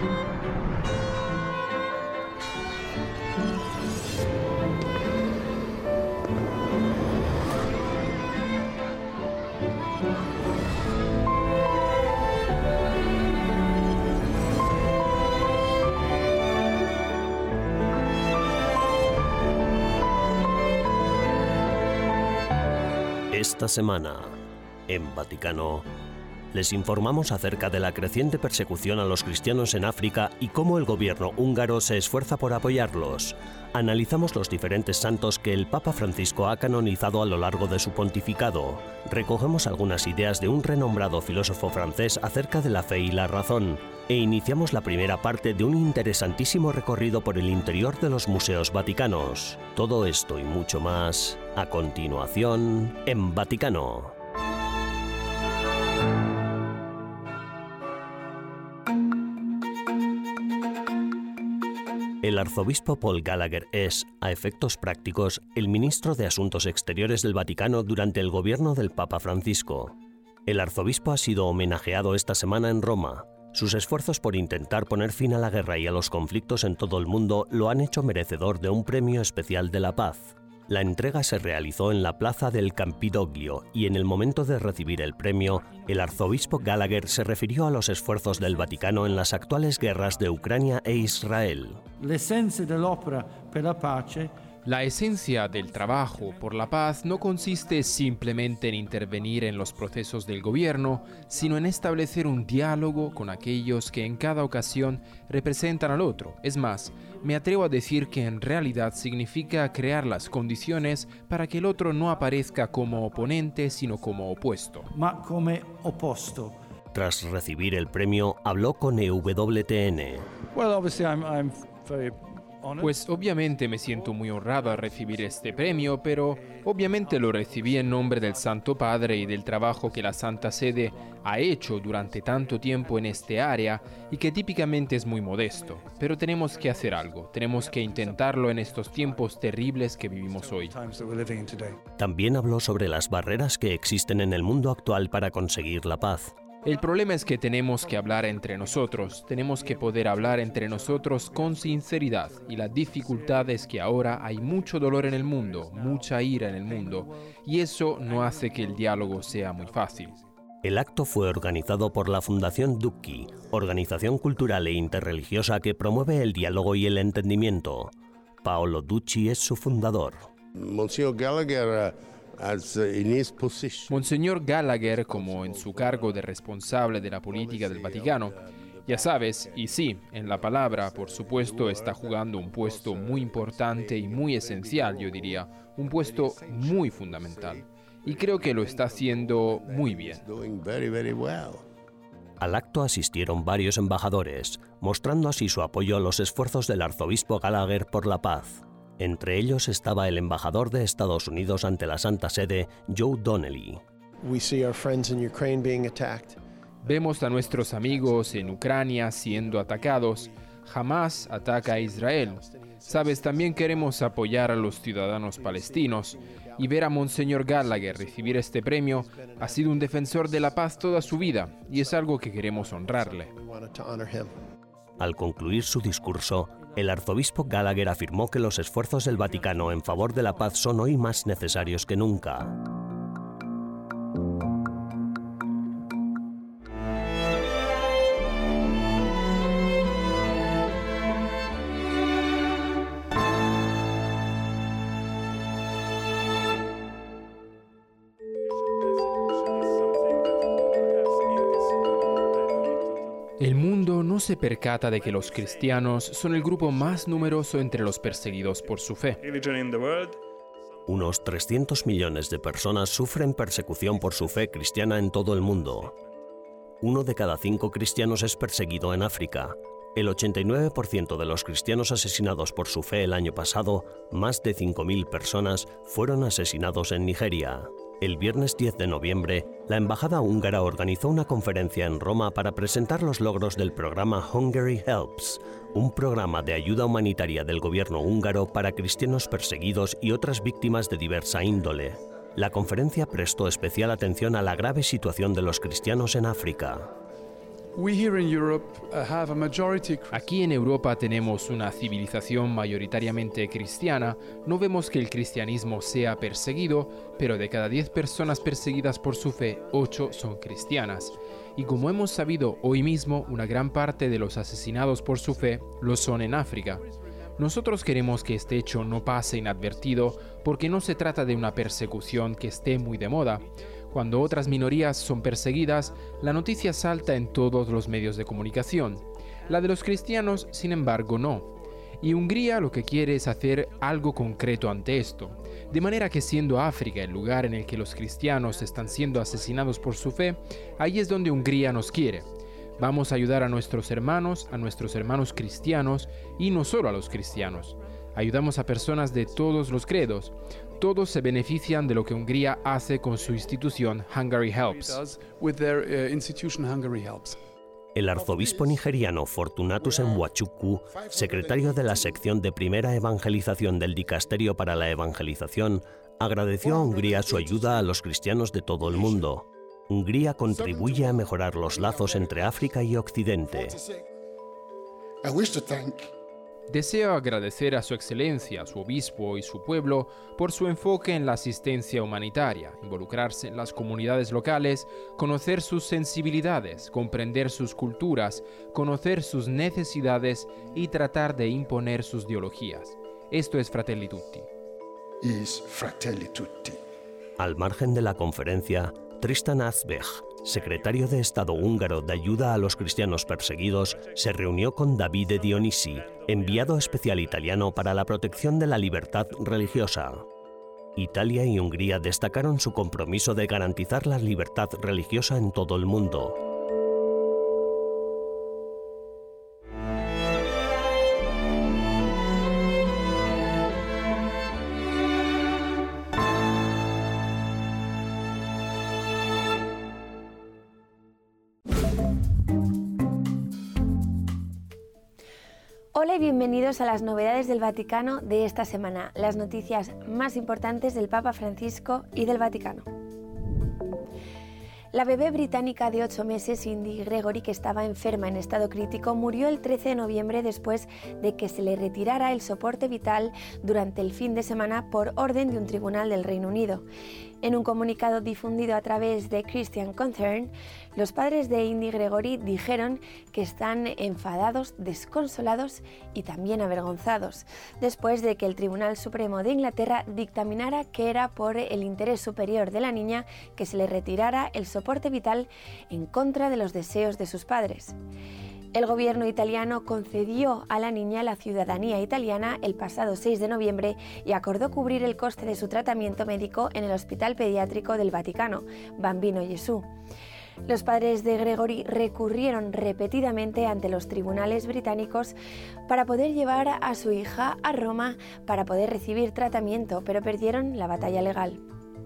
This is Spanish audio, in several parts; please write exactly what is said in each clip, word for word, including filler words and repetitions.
Esta semana, en Vaticano, les informamos acerca de la creciente persecución a los cristianos en África y cómo el gobierno húngaro se esfuerza por apoyarlos. Analizamos los diferentes santos que el Papa Francisco ha canonizado a lo largo de su pontificado. Recogemos algunas ideas de un renombrado filósofo francés acerca de la fe y la razón. E iniciamos la primera parte de un interesantísimo recorrido por el interior de los museos vaticanos. Todo esto y mucho más, a continuación, en Vaticano. El arzobispo Paul Gallagher es, a efectos prácticos, el ministro de Asuntos Exteriores del Vaticano durante el gobierno del Papa Francisco. El arzobispo ha sido homenajeado esta semana en Roma. Sus esfuerzos por intentar poner fin a la guerra y a los conflictos en todo el mundo lo han hecho merecedor de un premio especial de la paz. La entrega se realizó en la plaza del Campidoglio y en el momento de recibir el premio, el arzobispo Gallagher se refirió a los esfuerzos del Vaticano en las actuales guerras de Ucrania e Israel. La esencia del trabajo por la paz no consiste simplemente en intervenir en los procesos del gobierno, sino en establecer un diálogo con aquellos que en cada ocasión representan al otro. Es más, me atrevo a decir que en realidad significa crear las condiciones para que el otro no aparezca como oponente, sino como opuesto. Ma come opposto. Tras recibir el premio, habló con E W T N. Well, obviously I'm, I'm very... Pues obviamente me siento muy honrado a recibir este premio, pero obviamente lo recibí en nombre del Santo Padre y del trabajo que la Santa Sede ha hecho durante tanto tiempo en este área y que típicamente es muy modesto. Pero tenemos que hacer algo, tenemos que intentarlo en estos tiempos terribles que vivimos hoy. También habló sobre las barreras que existen en el mundo actual para conseguir la paz. El problema es que tenemos que hablar entre nosotros, tenemos que poder hablar entre nosotros con sinceridad y la dificultad es que ahora hay mucho dolor en el mundo, mucha ira en el mundo y eso no hace que el diálogo sea muy fácil. El acto fue organizado por la Fundación Ducchi, organización cultural e interreligiosa que promueve el diálogo y el entendimiento. Paolo Ducci es su fundador. Monsignor Gallagher, Monseñor Gallagher, como en su cargo de responsable de la política del Vaticano, ya sabes, y sí, en la palabra, por supuesto, está jugando un puesto muy importante y muy esencial, yo diría, un puesto muy fundamental. Y creo que lo está haciendo muy bien. Al acto asistieron varios embajadores, mostrando así su apoyo a los esfuerzos del arzobispo Gallagher por la paz. Entre ellos estaba el embajador de Estados Unidos ante la Santa Sede, Joe Donnelly. Vemos a nuestros amigos en Ucrania siendo atacados. Jamás ataca a Israel. Sabes, también queremos apoyar a los ciudadanos palestinos. Y ver a Monseñor Gallagher recibir este premio, ha sido un defensor de la paz toda su vida, y es algo que queremos honrarle. Al concluir su discurso, el arzobispo Gallagher afirmó que los esfuerzos del Vaticano en favor de la paz son hoy más necesarios que nunca. El mundo no se percata de que los cristianos son el grupo más numeroso entre los perseguidos por su fe. Unos trescientos millones de personas sufren persecución por su fe cristiana en todo el mundo. Uno de cada cinco cristianos es perseguido en África. El ochenta y nueve por ciento de los cristianos asesinados por su fe el año pasado, más de cinco mil personas, fueron asesinados en Nigeria. El viernes diez de noviembre, la embajada húngara organizó una conferencia en Roma para presentar los logros del programa Hungary Helps, un programa de ayuda humanitaria del gobierno húngaro para cristianos perseguidos y otras víctimas de diversa índole. La conferencia prestó especial atención a la grave situación de los cristianos en África. Aquí en Europa tenemos una civilización mayoritariamente cristiana. No vemos que el cristianismo sea perseguido, pero de cada diez personas perseguidas por su fe, ocho son cristianas. Y como hemos sabido hoy mismo, una gran parte de los asesinados por su fe lo son en África. Nosotros queremos que este hecho no pase inadvertido porque no se trata de una persecución que esté muy de moda. Cuando otras minorías son perseguidas, la noticia salta en todos los medios de comunicación. La de los cristianos, sin embargo, no. Y Hungría lo que quiere es hacer algo concreto ante esto. De manera que siendo África el lugar en el que los cristianos están siendo asesinados por su fe, ahí es donde Hungría nos quiere. Vamos a ayudar a nuestros hermanos, a nuestros hermanos cristianos y no solo a los cristianos. Ayudamos a personas de todos los credos. Todos se benefician de lo que Hungría hace con su institución Hungary Helps. El arzobispo nigeriano Fortunatus Nwachukwu, secretario de la sección de primera evangelización del Dicasterio para la Evangelización, agradeció a Hungría su ayuda a los cristianos de todo el mundo. Hungría contribuye a mejorar los lazos entre África y Occidente. Deseo agradecer a su excelencia, su obispo y su pueblo por su enfoque en la asistencia humanitaria, involucrarse en las comunidades locales, conocer sus sensibilidades, comprender sus culturas, conocer sus necesidades y tratar de imponer sus ideologías. Esto es Fratelli Tutti. Is Fratelli Tutti. Al margen de la conferencia, Tristan Azbeg, secretario de Estado húngaro de ayuda a los cristianos perseguidos, se reunió con Davide Dionisi, enviado especial italiano para la protección de la libertad religiosa. Italia y Hungría destacaron su compromiso de garantizar la libertad religiosa en todo el mundo. Hola y bienvenidos a las novedades del Vaticano de esta semana, las noticias más importantes del Papa Francisco y del Vaticano. La bebé británica de ocho meses, Indi Gregory, que estaba enferma en estado crítico, murió el trece de noviembre después de que se le retirara el soporte vital durante el fin de semana por orden de un tribunal del Reino Unido. En un comunicado difundido a través de Christian Concern, los padres de Indi Gregory dijeron que están enfadados, desconsolados y también avergonzados, después de que el Tribunal Supremo de Inglaterra dictaminara que era por el interés superior de la niña que se le retirara el soporte vital en contra de los deseos de sus padres. El gobierno italiano concedió a la niña la ciudadanía italiana el pasado seis de noviembre y acordó cubrir el coste de su tratamiento médico en el Hospital Pediátrico del Vaticano, Bambino Gesù. Los padres de Gregory recurrieron repetidamente ante los tribunales británicos para poder llevar a su hija a Roma para poder recibir tratamiento, pero perdieron la batalla legal.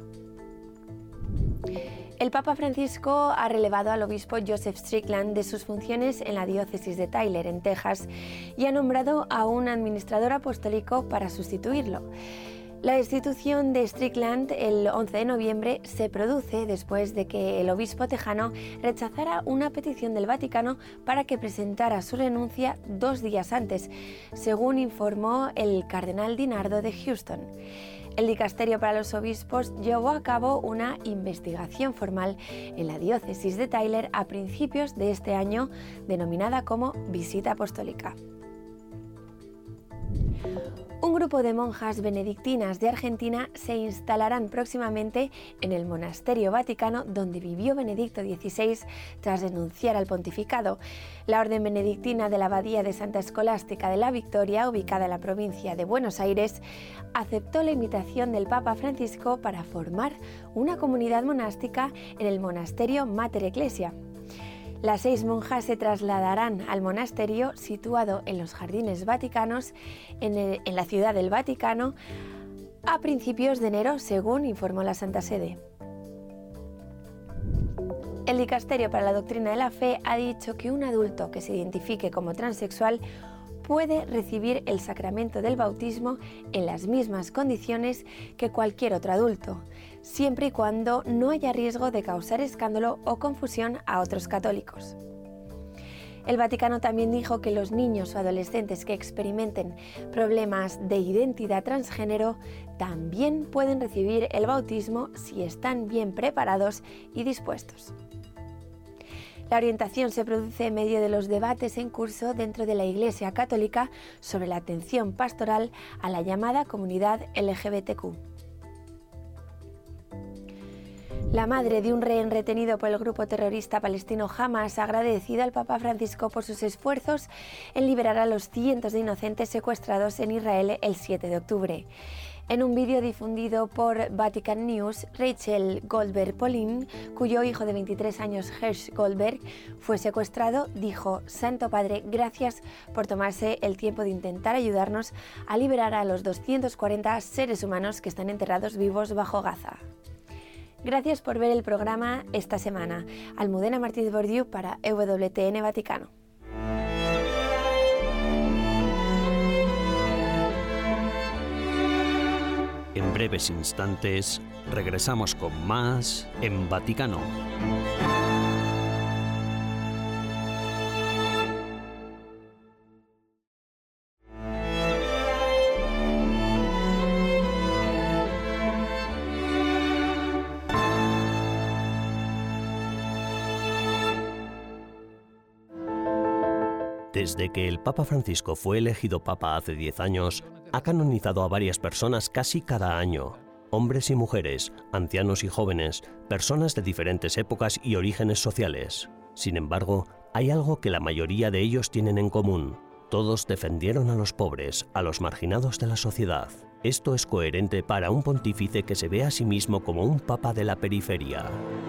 El Papa Francisco ha relevado al obispo Joseph Strickland de sus funciones en la diócesis de Tyler, en Texas, y ha nombrado a un administrador apostólico para sustituirlo. La destitución de Strickland el once de noviembre se produce después de que el obispo tejano rechazara una petición del Vaticano para que presentara su renuncia dos días antes, según informó el cardenal DiNardo de Houston. El Dicasterio para los Obispos llevó a cabo una investigación formal en la diócesis de Tyler a principios de este año, denominada como Visita Apostólica. Un grupo de monjas benedictinas de Argentina se instalarán próximamente en el monasterio vaticano donde vivió Benedicto dieciséis tras renunciar al pontificado. La orden benedictina de la Abadía de Santa Escolástica de la Victoria, ubicada en la provincia de Buenos Aires, aceptó la invitación del Papa Francisco para formar una comunidad monástica en el monasterio Mater Ecclesia. Las seis monjas se trasladarán al monasterio situado en los Jardines Vaticanos, en, el, en la ciudad del Vaticano, a principios de enero, según informó la Santa Sede. El Dicasterio para la Doctrina de la Fe ha dicho que un adulto que se identifique como transexual puede recibir el sacramento del bautismo en las mismas condiciones que cualquier otro adulto, siempre y cuando no haya riesgo de causar escándalo o confusión a otros católicos. El Vaticano también dijo que los niños o adolescentes que experimenten problemas de identidad transgénero también pueden recibir el bautismo si están bien preparados y dispuestos. La orientación se produce en medio de los debates en curso dentro de la Iglesia Católica sobre la atención pastoral a la llamada comunidad L G B T Q. La madre de un rehén retenido por el grupo terrorista palestino Hamas ha agradecido al Papa Francisco por sus esfuerzos en liberar a los cientos de inocentes secuestrados en Israel el siete de octubre. En un vídeo difundido por Vatican News, Rachel Goldberg-Polin, cuyo hijo de veintitrés años, Hersh Goldberg, fue secuestrado, dijo: «Santo Padre, gracias por tomarse el tiempo de intentar ayudarnos a liberar a los doscientos cuarenta seres humanos que están enterrados vivos bajo Gaza». Gracias por ver el programa esta semana. Almudena Martínez Bordiú para E W T N Vaticano. En breves instantes regresamos con más en Vaticano. Desde que el Papa Francisco fue elegido Papa hace diez años, ha canonizado a varias personas casi cada año. Hombres y mujeres, ancianos y jóvenes, personas de diferentes épocas y orígenes sociales. Sin embargo, hay algo que la mayoría de ellos tienen en común. Todos defendieron a los pobres, a los marginados de la sociedad. Esto es coherente para un pontífice que se ve a sí mismo como un papa de la periferia.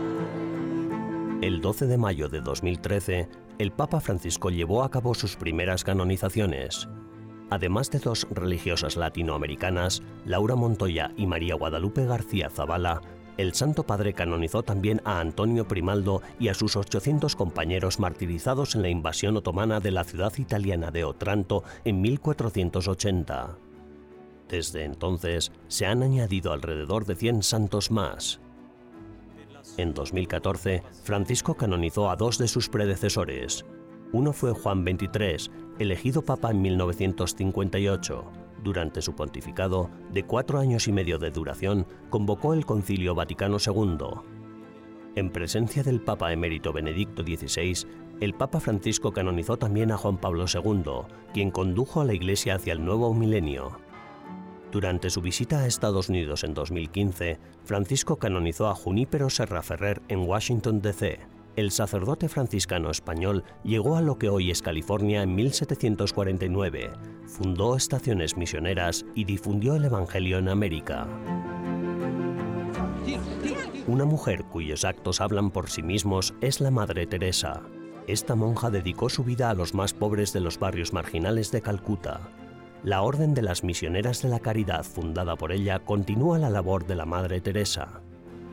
El doce de mayo de dos mil trece, el Papa Francisco llevó a cabo sus primeras canonizaciones. Además de dos religiosas latinoamericanas, Laura Montoya y María Guadalupe García Zavala, el Santo Padre canonizó también a Antonio Primaldo y a sus ochocientos compañeros martirizados en la invasión otomana de la ciudad italiana de Otranto en mil cuatrocientos ochenta. Desde entonces, se han añadido alrededor de cien santos más. En dos mil catorce, Francisco canonizó a dos de sus predecesores. Uno fue Juan veintitrés, elegido papa en mil novecientos cincuenta y ocho. Durante su pontificado, de cuatro años y medio de duración, convocó el Concilio Vaticano segundo. En presencia del Papa emérito Benedicto dieciséis, el Papa Francisco canonizó también a Juan Pablo segundo, quien condujo a la Iglesia hacia el nuevo milenio. Durante su visita a Estados Unidos en dos mil quince, Francisco canonizó a Junípero Serra Ferrer en Washington, D C El sacerdote franciscano español llegó a lo que hoy es California en mil setecientos cuarenta y nueve, fundó estaciones misioneras y difundió el Evangelio en América. Una mujer cuyos actos hablan por sí mismos es la Madre Teresa. Esta monja dedicó su vida a los más pobres de los barrios marginales de Calcuta. La Orden de las Misioneras de la Caridad, fundada por ella, continúa la labor de la Madre Teresa.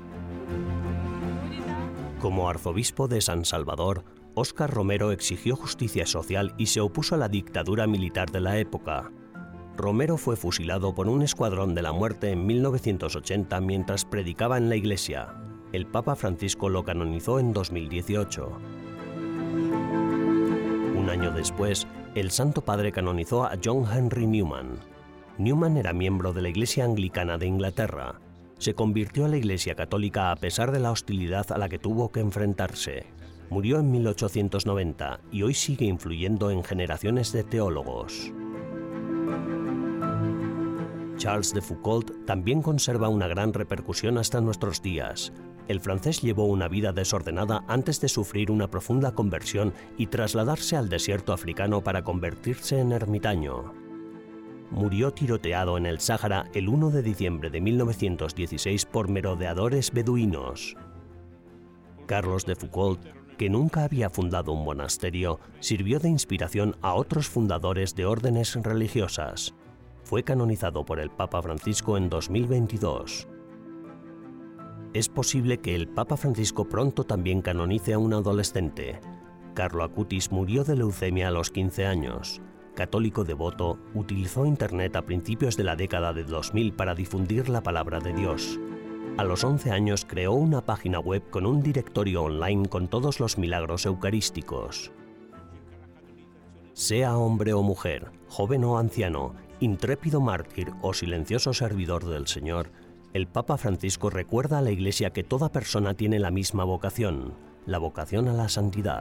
Como arzobispo de San Salvador, Óscar Romero exigió justicia social y se opuso a la dictadura militar de la época. Romero fue fusilado por un escuadrón de la muerte en mil novecientos ochenta mientras predicaba en la iglesia. El Papa Francisco lo canonizó en dos mil dieciocho. Un año después, el Santo Padre canonizó a John Henry Newman. Newman era miembro de la Iglesia Anglicana de Inglaterra. Se convirtió a la Iglesia Católica a pesar de la hostilidad a la que tuvo que enfrentarse. Murió en mil ochocientos noventa y hoy sigue influyendo en generaciones de teólogos. Charles de Foucauld también conserva una gran repercusión hasta nuestros días. El francés llevó una vida desordenada antes de sufrir una profunda conversión y trasladarse al desierto africano para convertirse en ermitaño. Murió tiroteado en el Sáhara el primero de diciembre de mil novecientos dieciséis por merodeadores beduinos. Carlos de Foucauld, que nunca había fundado un monasterio, sirvió de inspiración a otros fundadores de órdenes religiosas. Fue canonizado por el Papa Francisco en dos mil veintidós. Es posible que el Papa Francisco pronto también canonice a un adolescente. Carlo Acutis murió de leucemia a los quince años. Católico devoto, utilizó Internet a principios de la década de dos mil para difundir la palabra de Dios. A los once años creó una página web con un directorio online con todos los milagros eucarísticos. Sea hombre o mujer, joven o anciano, intrépido mártir o silencioso servidor del Señor, el Papa Francisco recuerda a la Iglesia que toda persona tiene la misma vocación, la vocación a la santidad.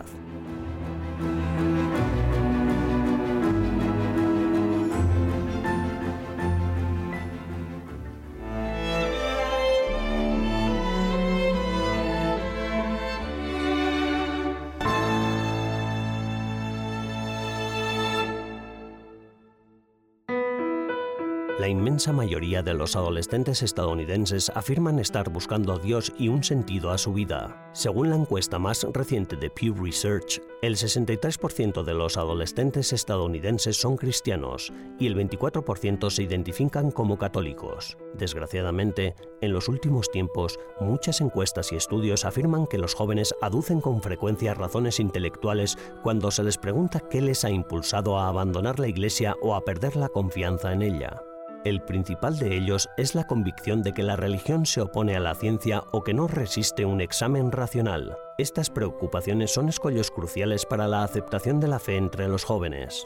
La inmensa mayoría de los adolescentes estadounidenses afirman estar buscando a Dios y un sentido a su vida. Según la encuesta más reciente de Pew Research, el sesenta y tres por ciento de los adolescentes estadounidenses son cristianos y el veinticuatro por ciento se identifican como católicos. Desgraciadamente, en los últimos tiempos, muchas encuestas y estudios afirman que los jóvenes aducen con frecuencia razones intelectuales cuando se les pregunta qué les ha impulsado a abandonar la Iglesia o a perder la confianza en ella. El principal de ellos es la convicción de que la religión se opone a la ciencia o que no resiste un examen racional. Estas preocupaciones son escollos cruciales para la aceptación de la fe entre los jóvenes.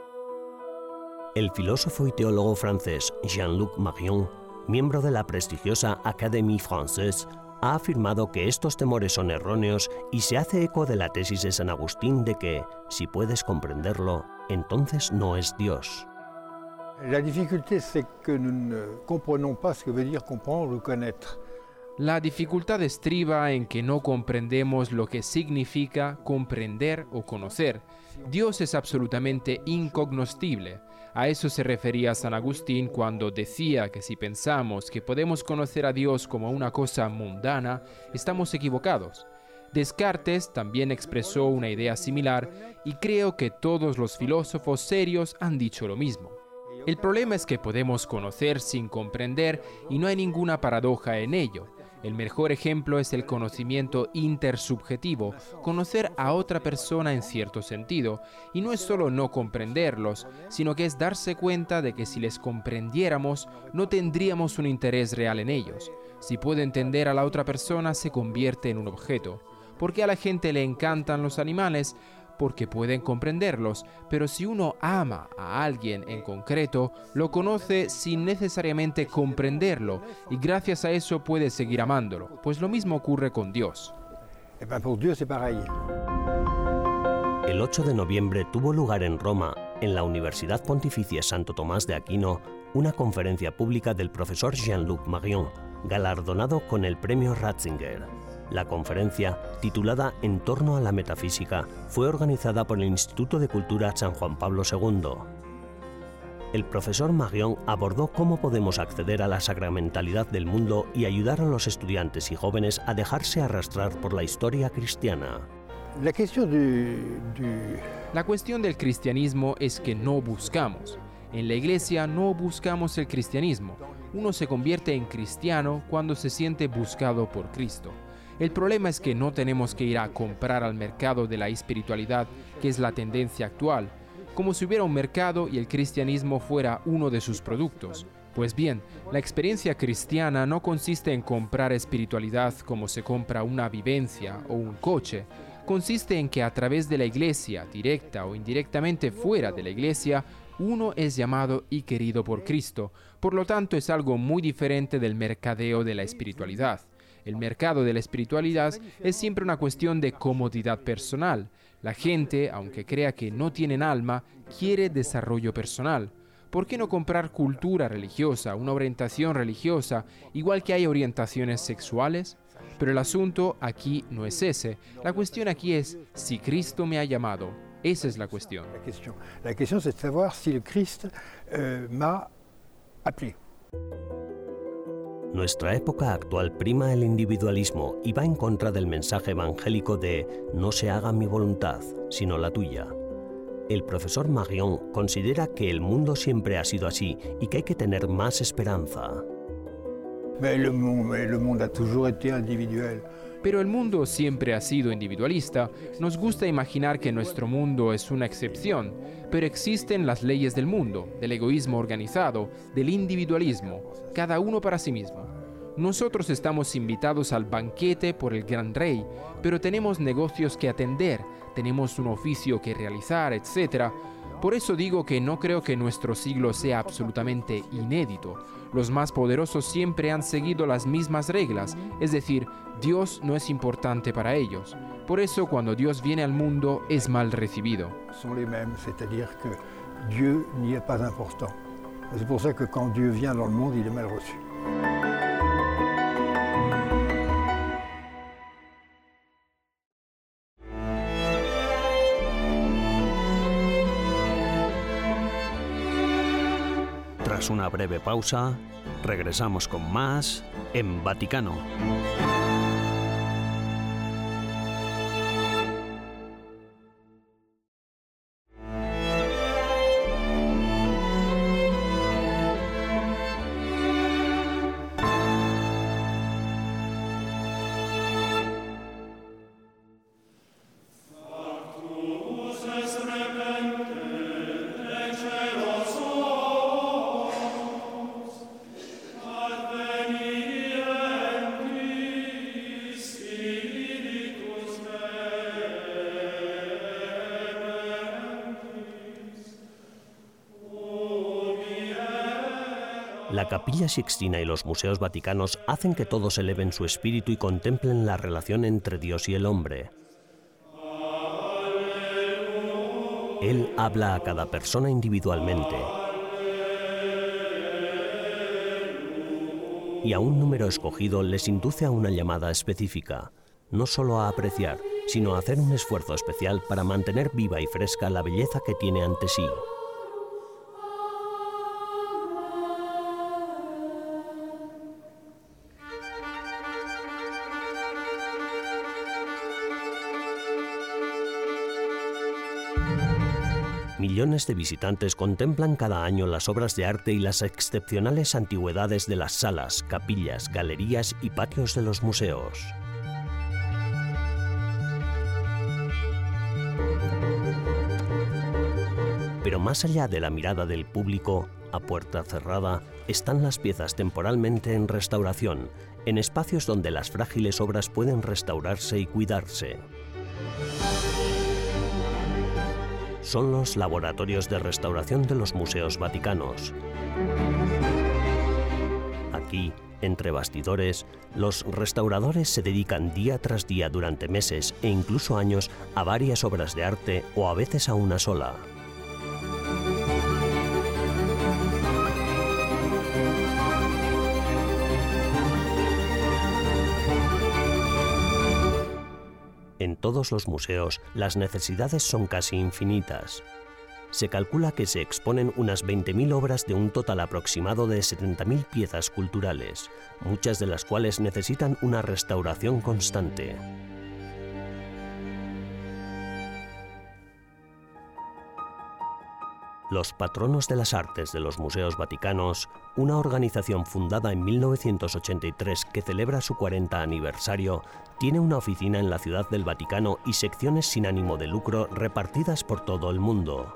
El filósofo y teólogo francés Jean-Luc Marion, miembro de la prestigiosa Académie Française, ha afirmado que estos temores son erróneos y se hace eco de la tesis de San Agustín de que, si puedes comprenderlo, entonces no es Dios. La dificulté, c'est que nous ne comprenons pas ce que veut dire comprendre ou connaître. La dificultad estriba en que no comprendemos lo que significa comprender o conocer. Dios es absolutamente incognoscible. A eso se refería San Agustín cuando decía que si pensamos que podemos conocer a Dios como una cosa mundana, estamos equivocados. Descartes también expresó una idea similar y creo que todos los filósofos serios han dicho lo mismo. El problema es que podemos conocer sin comprender y no hay ninguna paradoja en ello. El mejor ejemplo es el conocimiento intersubjetivo, conocer a otra persona en cierto sentido, y no es solo no comprenderlos, sino que es darse cuenta de que si les comprendiéramos, no tendríamos un interés real en ellos. Si puedo entender a la otra persona, se convierte en un objeto. ¿Por qué a la gente le encantan los animales? Porque pueden comprenderlos, pero si uno ama a alguien en concreto, lo conoce sin necesariamente comprenderlo y gracias a eso puede seguir amándolo, pues lo mismo ocurre con Dios. El ocho de noviembre tuvo lugar en Roma, en la Universidad Pontificia Santo Tomás de Aquino, una conferencia pública del profesor Jean-Luc Marion, galardonado con el premio Ratzinger. La conferencia, titulada En torno a la metafísica, fue organizada por el Instituto de Cultura San Juan Pablo segundo. El profesor Marion abordó cómo podemos acceder a la sacramentalidad del mundo y ayudar a los estudiantes y jóvenes a dejarse arrastrar por la historia cristiana. La cuestión, du, du... la cuestión del cristianismo es que no buscamos. En la iglesia no buscamos el cristianismo. Uno se convierte en cristiano cuando se siente buscado por Cristo. El problema es que no tenemos que ir a comprar al mercado de la espiritualidad, que es la tendencia actual, como si hubiera un mercado y el cristianismo fuera uno de sus productos. Pues bien, la experiencia cristiana no consiste en comprar espiritualidad como se compra una vivencia o un coche. Consiste en que a través de la iglesia, directa o indirectamente fuera de la iglesia, uno es llamado y querido por Cristo. Por lo tanto, es algo muy diferente del mercadeo de la espiritualidad. El mercado de la espiritualidad es siempre una cuestión de comodidad personal. La gente, aunque crea que no tienen alma, quiere desarrollo personal. ¿Por qué no comprar cultura religiosa, una orientación religiosa, igual que hay orientaciones sexuales? Pero el asunto aquí no es ese. La cuestión aquí es si Cristo me ha llamado. Esa es la cuestión. La cuestión, la cuestión es saber si el Cristo eh, m'a appelé. Nuestra época actual prima el individualismo y va en contra del mensaje evangélico de «no se haga mi voluntad, sino la tuya». El profesor Marion considera que el mundo siempre ha sido así y que hay que tener más esperanza. Mais le monde, le monde a toujours été individuel. Pero el mundo siempre ha sido individualista. Nos gusta imaginar que nuestro mundo es una excepción, pero existen las leyes del mundo, del egoísmo organizado, del individualismo, cada uno para sí mismo. Nosotros estamos invitados al banquete por el gran rey, pero tenemos negocios que atender, tenemos un oficio que realizar, etcétera. Por eso digo que no creo que nuestro siglo sea absolutamente inédito. Los más poderosos siempre han seguido las mismas reglas, es decir, Dios no es importante para ellos. Por eso cuando Dios viene al mundo es mal recibido. Son les mêmes, c'est-à-dire que Dieu n'y est pas important. C'est pour ça que quand Dieu vient dans le monde, il est mal reçu. Tras una breve pausa, regresamos con más en Vaticano. La Capilla Sixtina y los museos vaticanos hacen que todos eleven su espíritu y contemplen la relación entre Dios y el hombre. Él habla a cada persona individualmente. Y a un número escogido les induce a una llamada específica, no solo a apreciar, sino a hacer un esfuerzo especial para mantener viva y fresca la belleza que tiene ante sí. Millones de visitantes contemplan cada año las obras de arte y las excepcionales antigüedades de las salas, capillas, galerías y patios de los museos. Pero más allá de la mirada del público, a puerta cerrada, están las piezas temporalmente en restauración, en espacios donde las frágiles obras pueden restaurarse y cuidarse. Son los laboratorios de restauración de los museos vaticanos. Aquí, entre bastidores, los restauradores se dedican día tras día durante meses e incluso años a varias obras de arte o a veces a una sola. En todos los museos, las necesidades son casi infinitas. Se calcula que se exponen unas veinte mil obras de un total aproximado de setenta mil piezas culturales, muchas de las cuales necesitan una restauración constante. Los Patronos de las Artes de los Museos Vaticanos, una organización fundada en mil novecientos ochenta y tres que celebra su cuarenta aniversario, tiene una oficina en la Ciudad del Vaticano y secciones sin ánimo de lucro repartidas por todo el mundo.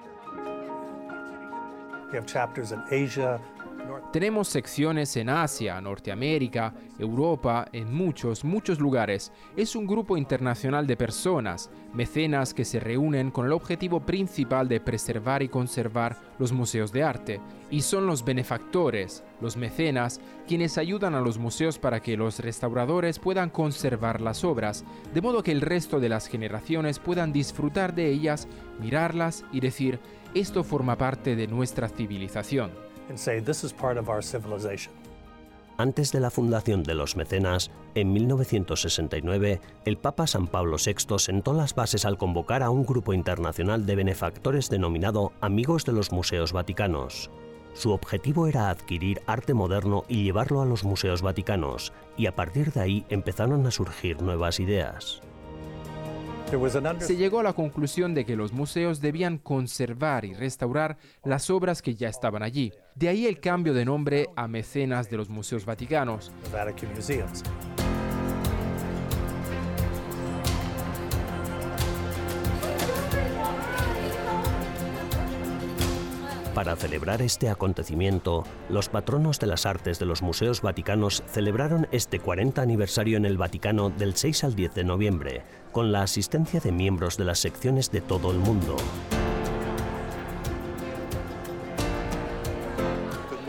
Tenemos secciones en Asia, Norteamérica, Europa, en muchos, muchos lugares. Es un grupo internacional de personas, mecenas que se reúnen con el objetivo principal de preservar y conservar los museos de arte. Y son los benefactores, los mecenas, quienes ayudan a los museos para que los restauradores puedan conservar las obras, de modo que el resto de las generaciones puedan disfrutar de ellas, mirarlas y decir, esto forma parte de nuestra civilización. And say, this is part of our civilization. Antes de la fundación de los mecenas, en mil novecientos sesenta y nueve, el Papa San Pablo sexto sentó las bases al convocar a un grupo internacional de benefactores denominado Amigos de los Museos Vaticanos. Su objetivo era adquirir arte moderno y llevarlo a los museos vaticanos, y a partir de ahí empezaron a surgir nuevas ideas. Se llegó a la conclusión de que los museos debían conservar y restaurar las obras que ya estaban allí. De ahí el cambio de nombre a Mecenas de los Museos Vaticanos. Para celebrar este acontecimiento, los patronos de las artes de los museos vaticanos celebraron este cuarenta aniversario en el Vaticano del seis al diez de noviembre, con la asistencia de miembros de las secciones de todo el mundo.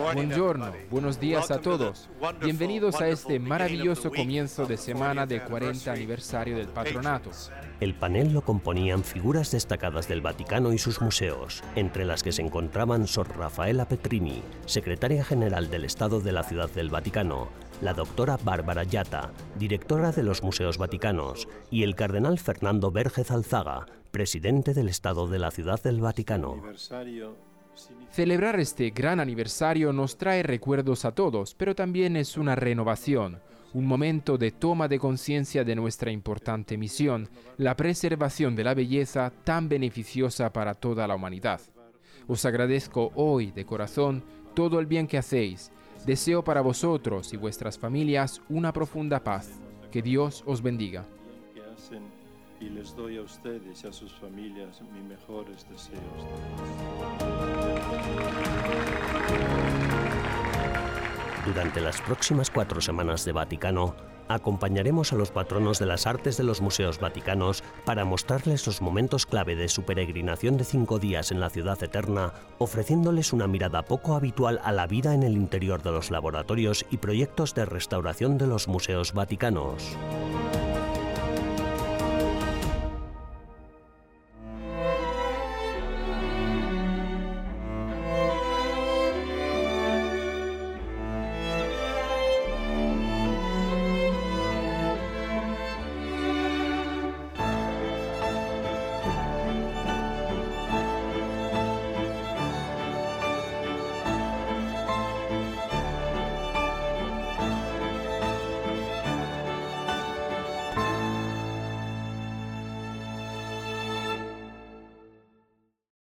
Buongiorno, buenos días a todos. Bienvenidos a este maravilloso comienzo de semana del cuarenta aniversario del patronato. El panel lo componían figuras destacadas del Vaticano y sus museos, entre las que se encontraban Sor Raffaella Petrini, secretaria general del Estado de la Ciudad del Vaticano, la doctora Bárbara Yatta, directora de los Museos Vaticanos, y el cardenal Fernando Vérgez Alzaga, presidente del Estado de la Ciudad del Vaticano. Celebrar este gran aniversario nos trae recuerdos a todos, pero también es una renovación, un momento de toma de conciencia de nuestra importante misión, la preservación de la belleza tan beneficiosa para toda la humanidad. Os agradezco hoy de corazón todo el bien que hacéis. Deseo para vosotros y vuestras familias una profunda paz. Que Dios os bendiga. Y les doy a ustedes y a sus familias mis mejores deseos. Durante las próximas cuatro semanas de Vaticano, acompañaremos a los patronos de las artes de los museos vaticanos para mostrarles los momentos clave de su peregrinación de cinco días en la Ciudad Eterna, ofreciéndoles una mirada poco habitual a la vida en el interior de los laboratorios y proyectos de restauración de los museos vaticanos.